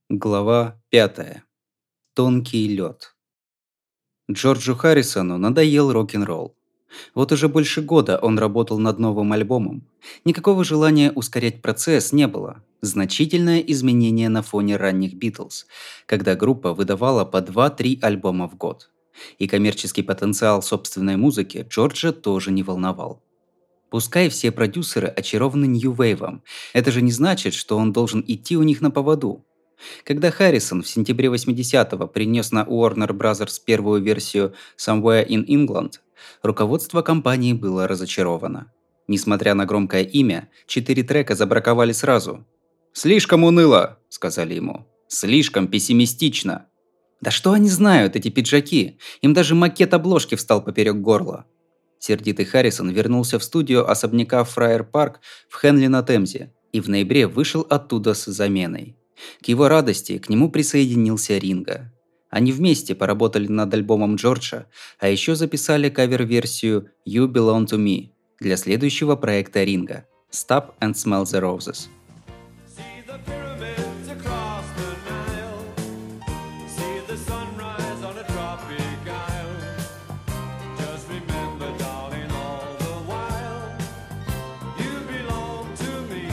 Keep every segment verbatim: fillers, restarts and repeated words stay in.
Глава пятая. Тонкий лед. Джорджу Харрисону надоел рок-н-ролл. Вот уже больше года он работал над новым альбомом. Никакого желания ускорять процесс не было. Значительное изменение на фоне ранних Битлз, когда группа выдавала по два-три альбома в год. И коммерческий потенциал собственной музыки Джорджа тоже не волновал. Пускай все продюсеры очарованы нью-вейвом, это же не значит, что он должен идти у них на поводу. Когда Харрисон в сентябре восьмидесятого принес на Warner Brothers первую версию Somewhere in England, руководство компании было разочаровано. Несмотря на громкое имя, четыре трека забраковали сразу. «Слишком уныло», — сказали ему. «Слишком пессимистично». Да что они знают, эти пиджаки? Им даже макет обложки встал поперек горла. Сердитый Харрисон вернулся в студию особняка Фраер Парк в Хенли на Темзе и в ноябре вышел оттуда с заменой. К его радости к нему присоединился Ринго. Они вместе поработали над альбомом Джорджа, а еще записали кавер-версию «You Belong to Me» для следующего проекта Ринго «Stop and Smell the Roses». See the pyramids across the Nile. See the sunrise on a tropic isle. Just remember, darling, all the while you belong to me.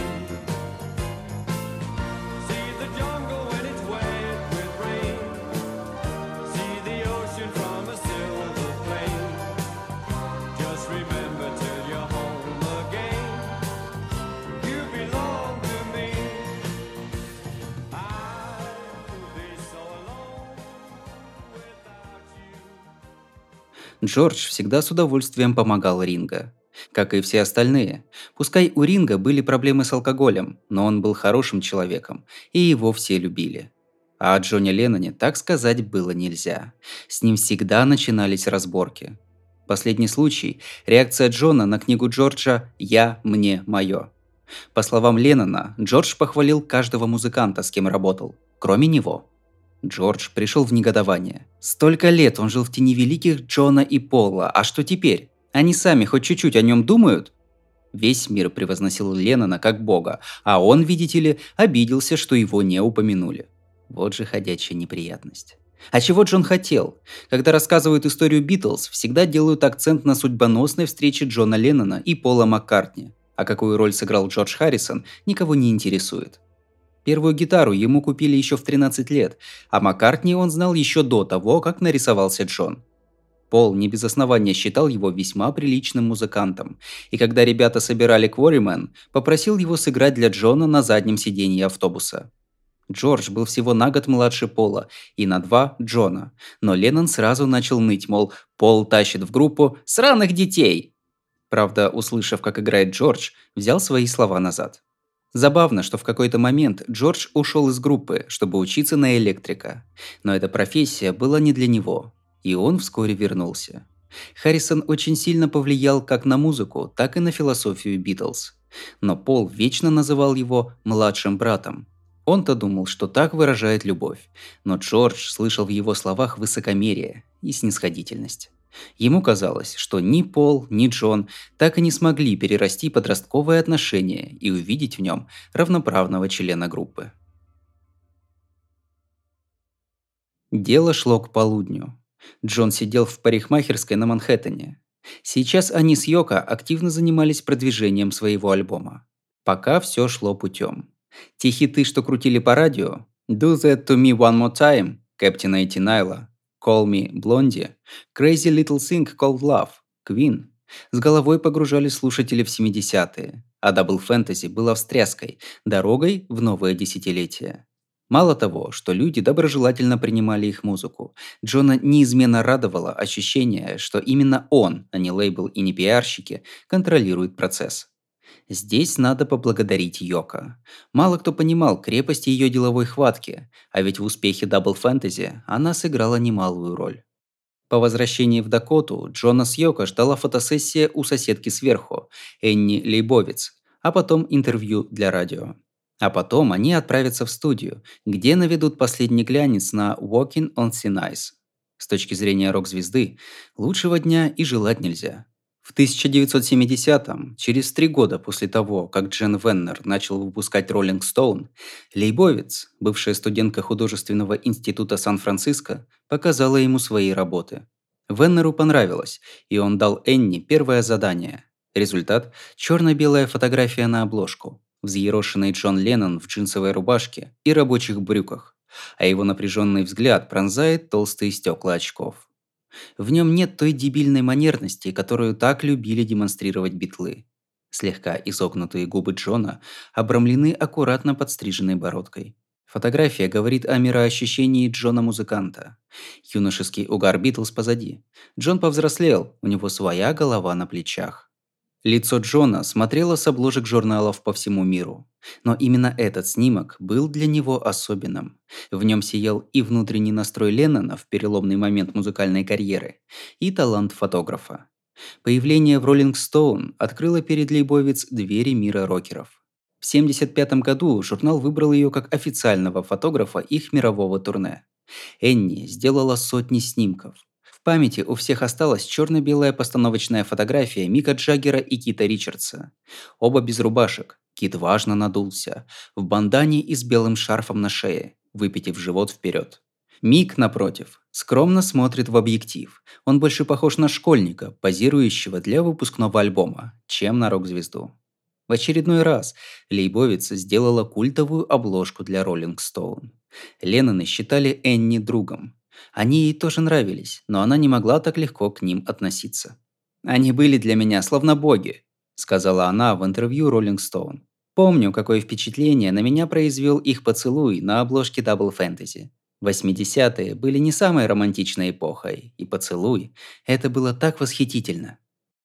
See the jungle when it's wet with rain. See the ocean from a silver plain. Just remember till you're home again. You belong to me. I will be so alone without you. Джордж всегда с удовольствием помогал Ринго. Как и все остальные. Пускай у Ринго были проблемы с алкоголем, но он был хорошим человеком, и его все любили. А о Джоне Ленноне так сказать было нельзя. С ним всегда начинались разборки. Последний случай– реакция Джона на книгу Джорджа «Я, мне, моё». По словам Леннона, Джордж похвалил каждого музыканта, с кем работал, кроме него. Джордж пришел в негодование. Столько лет он жил в тени великих Джона и Пола, а что теперь? Они сами хоть чуть-чуть о нем думают? Весь мир превозносил Леннона как бога, а он, видите ли, обиделся, что его не упомянули. Вот же ходячая неприятность. А чего Джон хотел? Когда рассказывают историю Битлз, всегда делают акцент на судьбоносной встрече Джона Леннона и Пола Маккартни. А какую роль сыграл Джордж Харрисон, никого не интересует. Первую гитару ему купили еще в тринадцать лет, а Маккартни он знал еще до того, как нарисовался Джон. Пол не без основания считал его весьма приличным музыкантом, и когда ребята собирали Quarrymen, попросил его сыграть для Джона на заднем сиденье автобуса. Джордж был всего на год младше Пола и на два Джона, но Леннон сразу начал ныть, мол, Пол тащит в группу «сраных детей». Правда, услышав, как играет Джордж, взял свои слова назад. Забавно, что в какой-то момент Джордж ушел из группы, чтобы учиться на электрика. Но эта профессия была не для него, и он вскоре вернулся. Харрисон очень сильно повлиял как на музыку, так и на философию Битлз. Но Пол вечно называл его «младшим братом». Он-то думал, что так выражает любовь, но Джордж слышал в его словах высокомерие и снисходительность. Ему казалось, что ни Пол, ни Джон так и не смогли перерасти подростковые отношения и увидеть в нем равноправного члена группы. Дело шло к полудню. Джон сидел в парикмахерской на Манхэттене. Сейчас они с Йоко активно занимались продвижением своего альбома. Пока все шло путем. Те хиты, что крутили по радио «Do That To Me One More Time», Captain Эйти Найла, «Call Me Blondie», «Crazy Little Thing Called Love», «Queen» с головой погружали слушателей в семидесятые, а Double Fantasy была встряской, дорогой в новое десятилетие. Мало того, что люди доброжелательно принимали их музыку, Джона неизменно радовало ощущение, что именно он, а не лейбл и не пиарщики, контролирует процесс. Здесь надо поблагодарить Йоко. Мало кто понимал крепость ее деловой хватки, а ведь в успехе Double Fantasy она сыграла немалую роль. По возвращении в Дакоту Джона с Йоко ждала фотосессия у соседки сверху, Энни Лейбовиц, а потом интервью для радио. А потом они отправятся в студию, где наведут последний глянец на Walking on Thin Ice. С точки зрения рок-звезды, лучшего дня и желать нельзя. В тысяча девятьсот семидесятом, через три года после того, как Джен Веннер начал выпускать Rolling Stone, Лейбовиц, бывшая студентка художественного института Сан-Франциско, показала ему свои работы. Веннеру понравилось, и он дал Энни первое задание. Результат – черно-белая фотография на обложку. Взъерошенный Джон Леннон в джинсовой рубашке и рабочих брюках, а его напряженный взгляд пронзает толстые стекла очков. В нем нет той дебильной манерности, которую так любили демонстрировать битлы. Слегка изогнутые губы Джона обрамлены аккуратно подстриженной бородкой. Фотография говорит о мироощущении Джона-музыканта. Юношеский угар Битлз позади. Джон повзрослел, у него своя голова на плечах. Лицо Джона смотрело с обложек журналов по всему миру. Но именно этот снимок был для него особенным. В нем сиял и внутренний настрой Леннона в переломный момент музыкальной карьеры, и талант фотографа. Появление в Rolling Stone открыло перед Лейбовиц двери мира рокеров. В семьдесят пятом году журнал выбрал ее как официального фотографа их мирового турне. Энни сделала сотни снимков. В памяти у всех осталась черно-белая постановочная фотография Мика Джаггера и Кита Ричардса. Оба без рубашек. Кит важно надулся, в бандане и с белым шарфом на шее, выпитив живот вперед. Мик, напротив, скромно смотрит в объектив. Он больше похож на школьника, позирующего для выпускного альбома, чем на рок-звезду. В очередной раз Лейбовиц сделала культовую обложку для Rolling Stone. Ленноны считали Энни другом. Они ей тоже нравились, но она не могла так легко к ним относиться. «Они были для меня словно боги», – сказала она в интервью Rolling Stone. «Помню, какое впечатление на меня произвел их поцелуй на обложке Double Fantasy. восьмидесятые были не самой романтичной эпохой, и поцелуй – это было так восхитительно».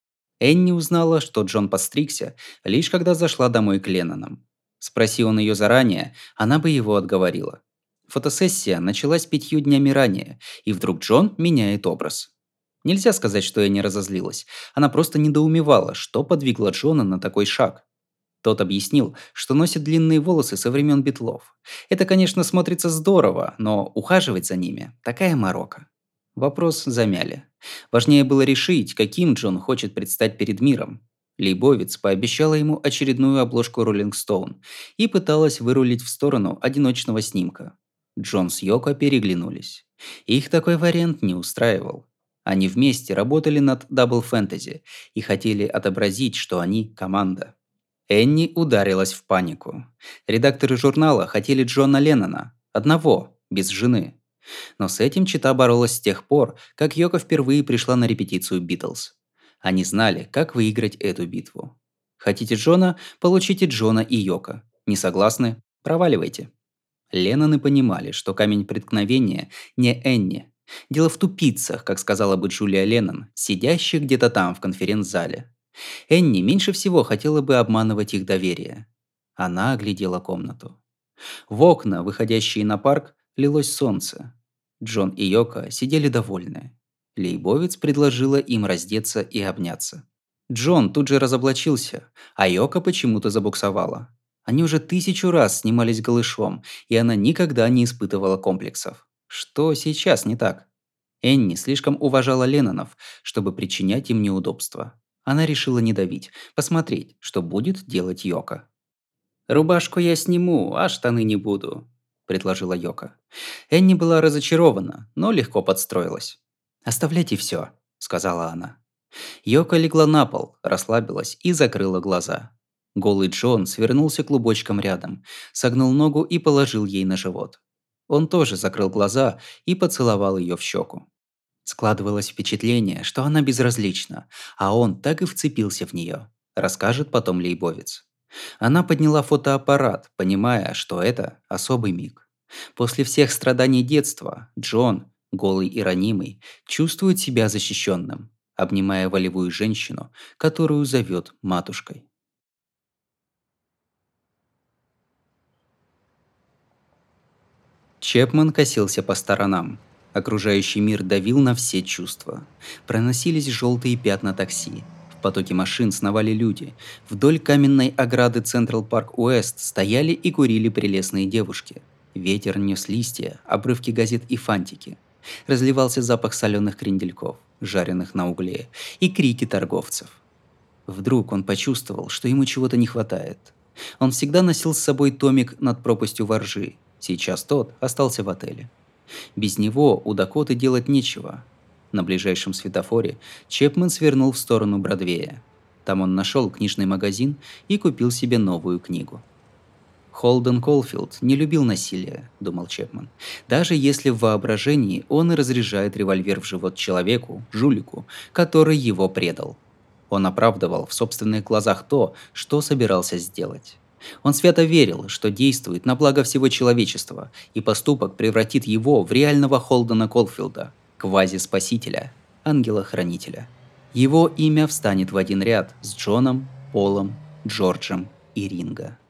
Энни узнала, что Джон подстригся, лишь когда зашла домой к Леннонам. Спроси он ее заранее, она бы его отговорила. Фотосессия началась пятью днями ранее, и вдруг Джон меняет образ. Нельзя сказать, что я не разозлилась. Она просто недоумевала, что подвигло Джона на такой шаг. Тот объяснил, что носит длинные волосы со времен Битлов. Это, конечно, смотрится здорово, но ухаживать за ними – такая морока. Вопрос замяли. Важнее было решить, каким Джон хочет предстать перед миром. Лейбовиц пообещала ему очередную обложку Rolling Stone и пыталась вырулить в сторону одиночного снимка. Джон с Йоко переглянулись. Их такой вариант не устраивал. Они вместе работали над Double Fantasy и хотели отобразить, что они команда. Энни ударилась в панику. Редакторы журнала хотели Джона Леннона, одного, без жены. Но с этим чита боролась с тех пор, как Йоко впервые пришла на репетицию Битлз. Они знали, как выиграть эту битву. Хотите Джона – получите Джона и Йоко. Не согласны – проваливайте. Ленноны понимали, что камень преткновения не Энни. Дело в тупицах, как сказала бы Джулия Леннон, сидящих где-то там в конференц-зале. Энни меньше всего хотела бы обманывать их доверие. Она оглядела комнату. В окна, выходящие на парк, лилось солнце. Джон и Йоко сидели довольны. Лейбовиц предложила им раздеться и обняться. Джон тут же разоблачился, а Йоко почему-то забуксовала. Они уже тысячу раз снимались голышом, и она никогда не испытывала комплексов. Что сейчас не так? Энни слишком уважала Леннонов, чтобы причинять им неудобства. Она решила не давить, посмотреть, что будет делать Йоко. «Рубашку я сниму, а штаны не буду», – предложила Йоко. Энни была разочарована, но легко подстроилась. «Оставляйте все», – сказала она. Йоко легла на пол, расслабилась и закрыла глаза. Голый Джон свернулся клубочком рядом, согнул ногу и положил ей на живот. Он тоже закрыл глаза и поцеловал ее в щеку. Складывалось впечатление, что она безразлична, а он так и вцепился в нее, расскажет потом Лейбовиц. Она подняла фотоаппарат, понимая, что это особый миг. После всех страданий детства Джон, голый и ранимый, чувствует себя защищенным, обнимая волевую женщину, которую зовет матушкой. Чепман косился по сторонам. Окружающий мир давил на все чувства. Проносились желтые пятна такси. В потоке машин сновали люди. Вдоль каменной ограды Централ Парк Уэст стояли и курили прелестные девушки. Ветер нес листья, обрывки газет и фантики. разливался запах соленых крендельков, жареных на угле, и крики торговцев. Вдруг он почувствовал, что ему чего-то не хватает. Он всегда носил с собой томик «Над пропастью воржи». Сейчас тот остался в отеле. Без него у Дакоты делать нечего. На ближайшем светофоре Чепмен свернул в сторону Бродвея. Там он нашел книжный магазин и купил себе новую книгу. Холден Колфилд не любил насилия, думал Чепмен. Даже если в воображении он и разряжает револьвер в живот человеку, жулику, который его предал. Он оправдывал в собственных глазах то, что собирался сделать. Он свято верил, что действует на благо всего человечества, и поступок превратит его в реального Холдена Колфилда, квази-спасителя, ангела-хранителя. Его имя встанет в один ряд с Джоном, Полом, Джорджем и Ринго.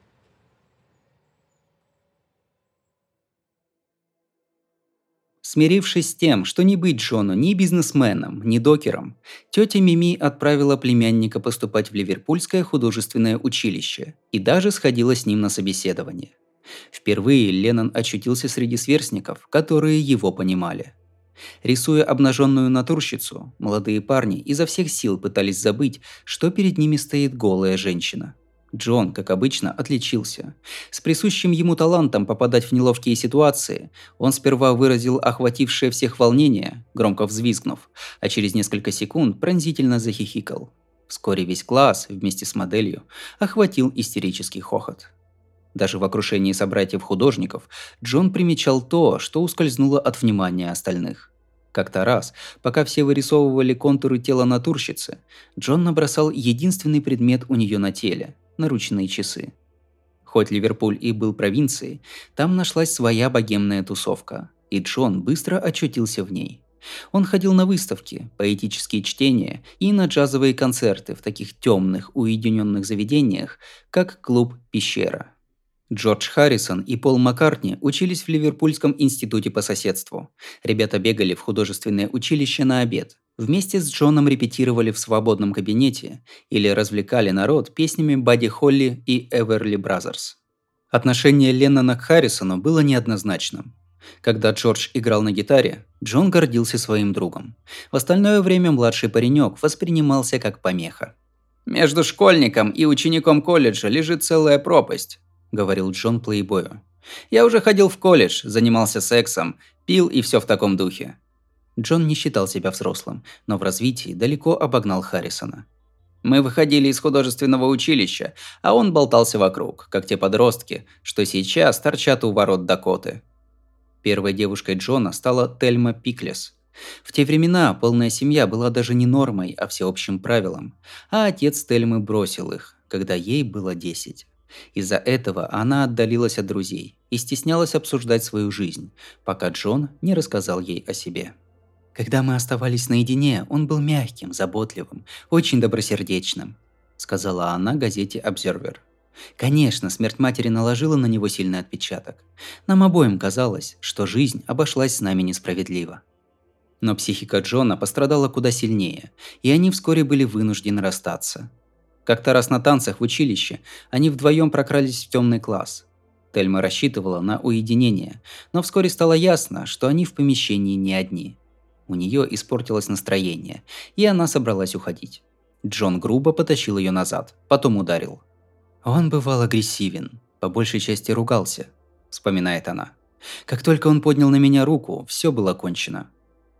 Смирившись с тем, что не быть Джону ни бизнесменом, ни докером, тетя Мими отправила племянника поступать в Ливерпульское художественное училище и даже сходила с ним на собеседование. Впервые Леннон очутился среди сверстников, которые его понимали. Рисуя обнаженную натурщицу, молодые парни изо всех сил пытались забыть, что перед ними стоит голая женщина. Джон, как обычно, отличился. С присущим ему талантом попадать в неловкие ситуации, он сперва выразил охватившее всех волнение, громко взвизгнув, а через несколько секунд пронзительно захихикал. Вскоре весь класс, вместе с моделью, охватил истерический хохот. Даже в окружении собратьев-художников Джон примечал то, что ускользнуло от внимания остальных. Как-то раз, пока все вырисовывали контуры тела натурщицы, Джон набросал единственный предмет у нее на теле – наручные часы. Хоть Ливерпуль и был провинцией, там нашлась своя богемная тусовка, и Джон быстро очутился в ней. Он ходил на выставки, поэтические чтения и на джазовые концерты в таких темных, уединенных заведениях, как клуб «Пещера». Джордж Харрисон и Пол Маккартни учились в Ливерпульском институте по соседству. Ребята бегали в художественное училище на обед. Вместе с Джоном репетировали в свободном кабинете или развлекали народ песнями Бадди Холли и Эверли Бразерс. Отношение Леннона к Харрисону было неоднозначным. Когда Джордж играл на гитаре, Джон гордился своим другом. В остальное время младший паренек воспринимался как помеха. «Между школьником и учеником колледжа лежит целая пропасть», – говорил Джон плейбою. «Я уже ходил в колледж, занимался сексом, пил и все в таком духе». Джон не считал себя взрослым, но в развитии далеко обогнал Харрисона. Мы выходили из художественного училища, а он болтался вокруг, как те подростки, что сейчас торчат у ворот Дакоты. Первой девушкой Джона стала Тельма Пиклес. В те времена полная семья была даже не нормой, а всеобщим правилом, а отец Тельмы бросил их, когда ей было десять. Из-за этого она отдалилась от друзей и стеснялась обсуждать свою жизнь, пока Джон не рассказал ей о себе. «Когда мы оставались наедине, он был мягким, заботливым, очень добросердечным», – сказала она газете Observer. Конечно, смерть матери наложила на него сильный отпечаток. Нам обоим казалось, что жизнь обошлась с нами несправедливо. Но психика Джона пострадала куда сильнее, и они вскоре были вынуждены расстаться. Как-то раз на танцах в училище они вдвоем прокрались в темный класс. Тельма рассчитывала на уединение, но вскоре стало ясно, что они в помещении не одни. У нее испортилось настроение, и она собралась уходить. Джон грубо потащил ее назад, потом ударил. «Он бывал агрессивен, по большей части ругался», – вспоминает она. «Как только он поднял на меня руку, все было кончено».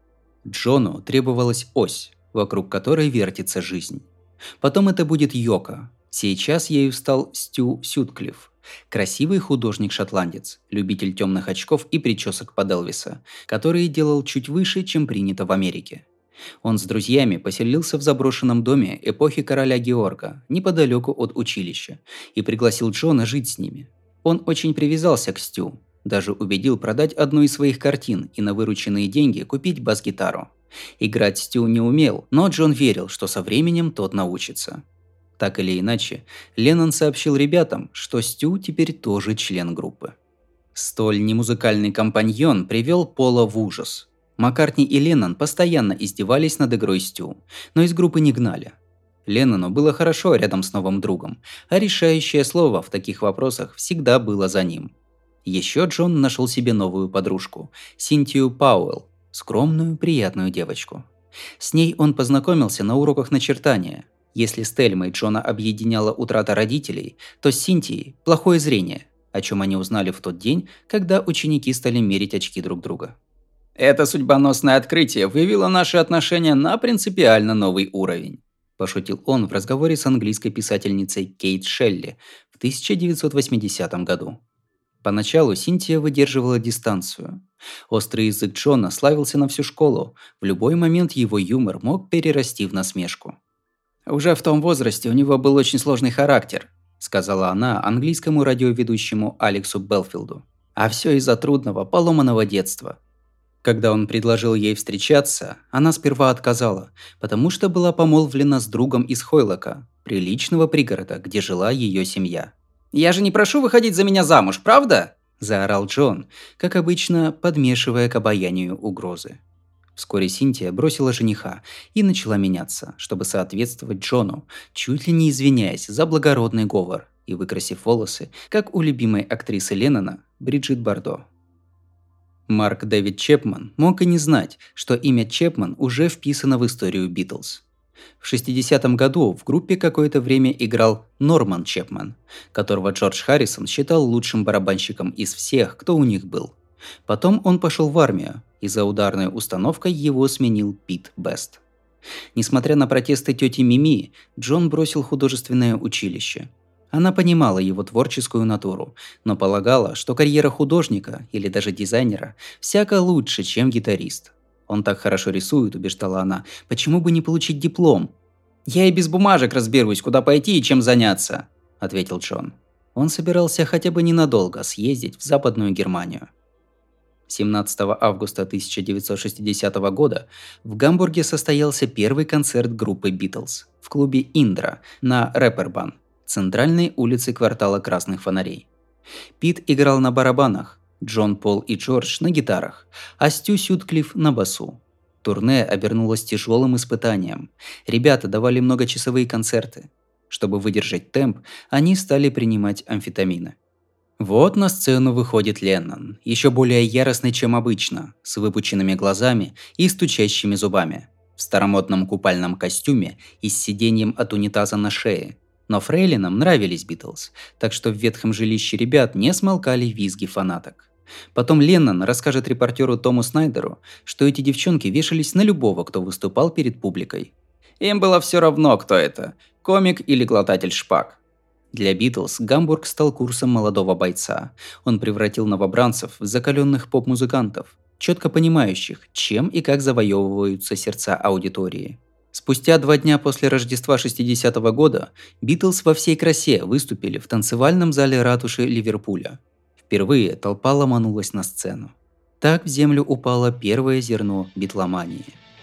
Джону требовалась ось, вокруг которой вертится жизнь. Потом это будет Йоко. Сейчас ею стал Стю Сютклифф. Красивый художник-шотландец, любитель темных очков и причесок под Элвиса, которые делал чуть выше, чем принято в Америке. Он с друзьями поселился в заброшенном доме эпохи короля Георга, неподалеку от училища, и пригласил Джона жить с ними. Он очень привязался к Стю, даже убедил продать одну из своих картин и на вырученные деньги купить бас-гитару. Играть Стю не умел, но Джон верил, что со временем тот научится. Так или иначе, Леннон сообщил ребятам, что Стю теперь тоже член группы. Столь немузыкальный компаньон привел Пола в ужас. Маккартни и Леннон постоянно издевались над игрой Стю, но из группы не гнали. Леннону было хорошо рядом с новым другом, а решающее слово в таких вопросах всегда было за ним. Еще Джон нашел себе новую подружку – Синтию Пауэлл. скромную, приятную девочку. С ней он познакомился на уроках начертания. Если с Тельмой Джона объединяла утрата родителей, то с Синтией – плохое зрение, о чем они узнали в тот день, когда ученики стали мерить очки друг друга. «Это судьбоносное открытие вывело наши отношения на принципиально новый уровень», – пошутил он в разговоре с английской писательницей Кейт Шелли в тысяча девятьсот восьмидесятом году. Поначалу Синтия выдерживала дистанцию. Острый язык Джона славился на всю школу, в любой момент его юмор мог перерасти в насмешку. «Уже в том возрасте у него был очень сложный характер», – сказала она английскому радиоведущему Алексу Белфилду. «А все из-за трудного, поломанного детства». Когда он предложил ей встречаться, она сперва отказала, потому что была помолвлена с другом из Хойлока, приличного пригорода, где жила ее семья. «Я же не прошу выходить за меня замуж, правда?» – заорал Джон, как обычно, подмешивая к обаянию угрозы. Вскоре Синтия бросила жениха и начала меняться, чтобы соответствовать Джону, чуть ли не извиняясь за благородный говор и выкрасив волосы, как у любимой актрисы Леннона Бриджит Бардо. Марк Дэвид Чепман мог и не знать, что имя Чепман уже вписано в историю Битлз. В шестидесятом году в группе какое-то время играл Норман Чепман, которого Джордж Харрисон считал лучшим барабанщиком из всех, кто у них был. Потом он пошел в армию, и за ударной установкой его сменил Пит Бест. Несмотря на протесты тети Мими, Джон бросил художественное училище. Она понимала его творческую натуру, но полагала, что карьера художника или даже дизайнера всяко лучше, чем гитарист. «Он так хорошо рисует», – убеждала она, – «почему бы не получить диплом?» «Я и без бумажек разберусь, куда пойти и чем заняться», – ответил Джон. Он собирался хотя бы ненадолго съездить в Западную Германию. семнадцатого августа тысяча девятьсот шестидесятого года в Гамбурге состоялся первый концерт группы Битлз в клубе «Индра» на Репербан, центральной улице квартала Красных Фонарей. Пит играл на барабанах, Джон, Пол и Джордж на гитарах, а Стю Сютклифф на басу. Турне обернулось тяжелым испытанием. Ребята давали многочасовые концерты. Чтобы выдержать темп, они стали принимать амфетамины. Вот на сцену выходит Леннон, еще более яростный, чем обычно, с выпученными глазами и стучащими зубами, в старомодном купальном костюме и с сиденьем от унитаза на шее. Но фрейлинам нравились Битлз, так что в ветхом жилище ребят не смолкали визги фанаток. Потом Леннон расскажет репортеру Тому Снайдеру, что эти девчонки вешались на любого, кто выступал перед публикой. Им было все равно, кто это – комик или глотатель шпаг. Для Битлз Гамбург стал курсом молодого бойца. Он превратил новобранцев в закаленных поп-музыкантов, четко понимающих, чем и как завоевываются сердца аудитории. Спустя два дня после Рождества шестидесятого года Битлз во всей красе выступили в танцевальном зале ратуши Ливерпуля. Впервые толпа ломанулась на сцену. Так в землю упало первое зерно битломании.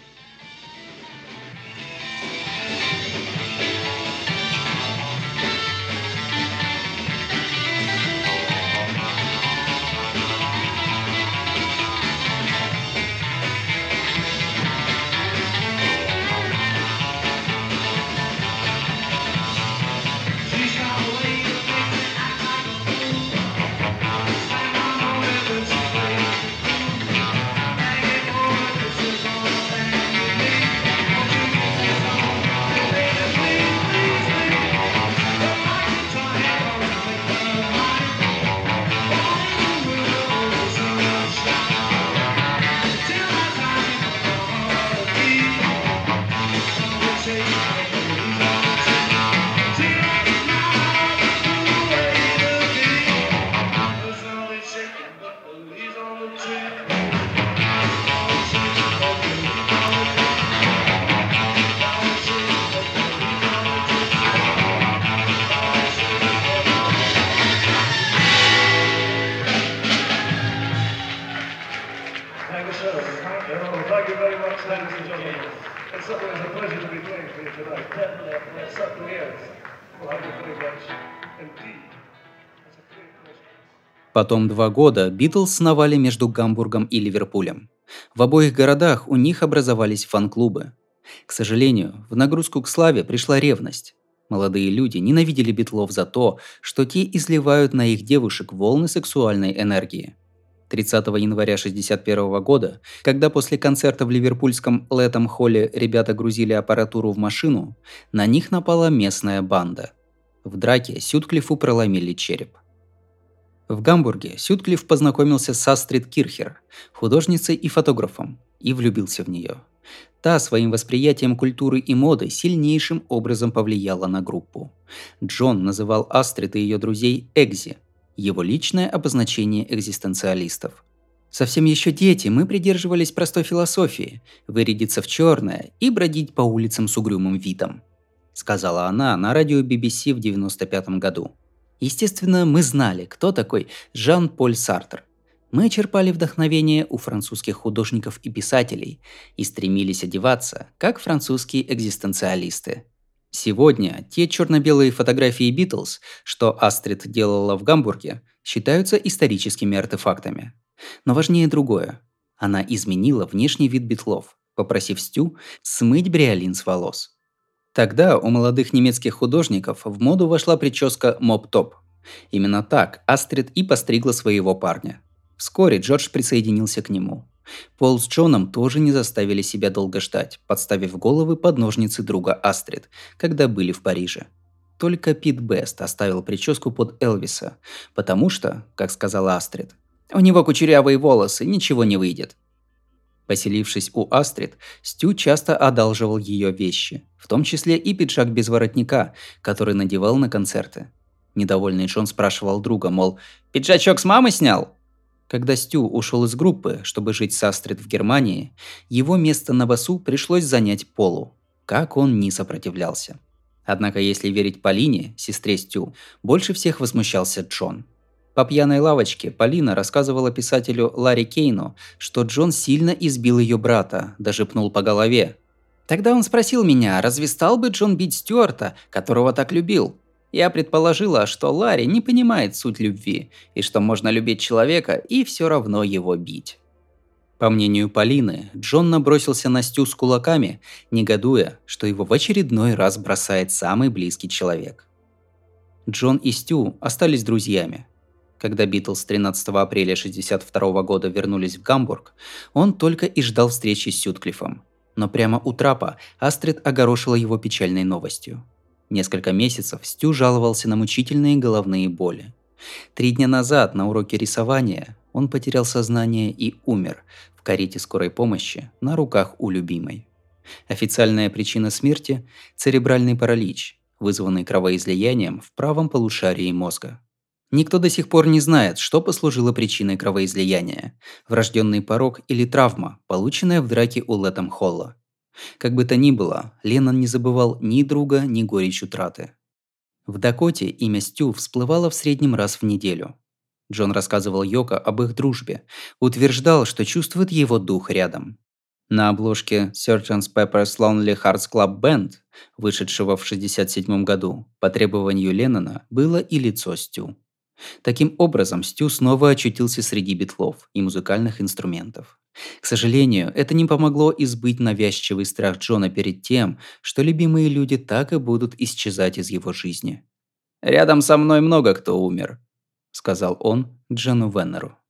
Потом два года Битлз сновали между Гамбургом и Ливерпулем. В обоих городах у них образовались фан-клубы. К сожалению, в нагрузку к славе пришла ревность. Молодые люди ненавидели Битлов за то, что те изливают на их девушек волны сексуальной энергии. тридцатого января шестьдесят первого года, когда после концерта в ливерпульском Лэттем-холле ребята грузили аппаратуру в машину, на них напала местная банда. В драке Сютклиффу проломили череп. В Гамбурге Сютклифф познакомился с Астрид Кирхер, художницей и фотографом, и влюбился в нее. Та своим восприятием культуры и моды сильнейшим образом повлияла на группу. Джон называл Астрид и ее друзей «экзи», его личное обозначение экзистенциалистов. Совсем еще дети, мы придерживались простой философии – вырядиться в черное и бродить по улицам с угрюмым видом, сказала она на радио би би си в девяносто пятом году. Естественно, мы знали, кто такой Жан-Поль Сартр. Мы черпали вдохновение у французских художников и писателей и стремились одеваться, как французские экзистенциалисты. Сегодня те черно-белые фотографии Битлз, что Астрид делала в Гамбурге, считаются историческими артефактами. Но важнее другое. Она изменила внешний вид Битлов, попросив Стю смыть бриолин с волос. Тогда у молодых немецких художников в моду вошла прическа моп-топ. Именно так Астрид и постригла своего парня. Вскоре Джордж присоединился к нему. Пол с Джоном тоже не заставили себя долго ждать, подставив головы под ножницы друга Астрид, когда были в Париже. Только Пит Бест оставил прическу под Элвиса, потому что, как сказала Астрид, «У него кучерявые волосы, ничего не выйдет». Поселившись у Астрид, Стю часто одалживал ее вещи, в том числе и пиджак без воротника, который надевал на концерты. Недовольный Джон спрашивал друга, мол, «Пиджачок с мамы снял?» Когда Стю ушел из группы, чтобы жить с Астрид в Германии, его место на басу пришлось занять Полу. Как он ни сопротивлялся. Однако, если верить Полине, сестре Стю, больше всех возмущался Джон. По пьяной лавочке Полина рассказывала писателю Ларри Кейну, что Джон сильно избил ее брата, даже пнул по голове. Тогда он спросил меня, разве стал бы Джон бить Стюарта, которого так любил? Я предположила, что Ларри не понимает суть любви, и что можно любить человека и все равно его бить. По мнению Полины, Джон набросился на Стю с кулаками, негодуя, что его в очередной раз бросает самый близкий человек. Джон и Стю остались друзьями. Когда Битлз тринадцатого апреля шестьдесят второго года вернулись в Гамбург, он только и ждал встречи с Сютклиффом. Но прямо у трапа Астрид огорошила его печальной новостью. Несколько месяцев Стю жаловался на мучительные головные боли. Три дня назад на уроке рисования он потерял сознание и умер в карете скорой помощи на руках у любимой. Официальная причина смерти – церебральный паралич, вызванный кровоизлиянием в правом полушарии мозга. Никто до сих пор не знает, что послужило причиной кровоизлияния – врожденный порок или травма, полученная в драке у Лэттем-холла. Как бы то ни было, Леннон не забывал ни друга, ни горечь утраты. В Дакоте имя Стю всплывало в среднем раз в неделю. Джон рассказывал Йоко об их дружбе, утверждал, что чувствует его дух рядом. На обложке сержант Pepper's Lonely Hearts Club Band, вышедшего в шестьдесят седьмом году, по требованию Леннона было и лицо Стю. Таким образом, Стю снова очутился среди битлов и музыкальных инструментов. К сожалению, это не помогло избыть навязчивый страх Джона перед тем, что любимые люди так и будут исчезать из его жизни. «Рядом со мной много кто умер», — сказал он Джону Веннеру.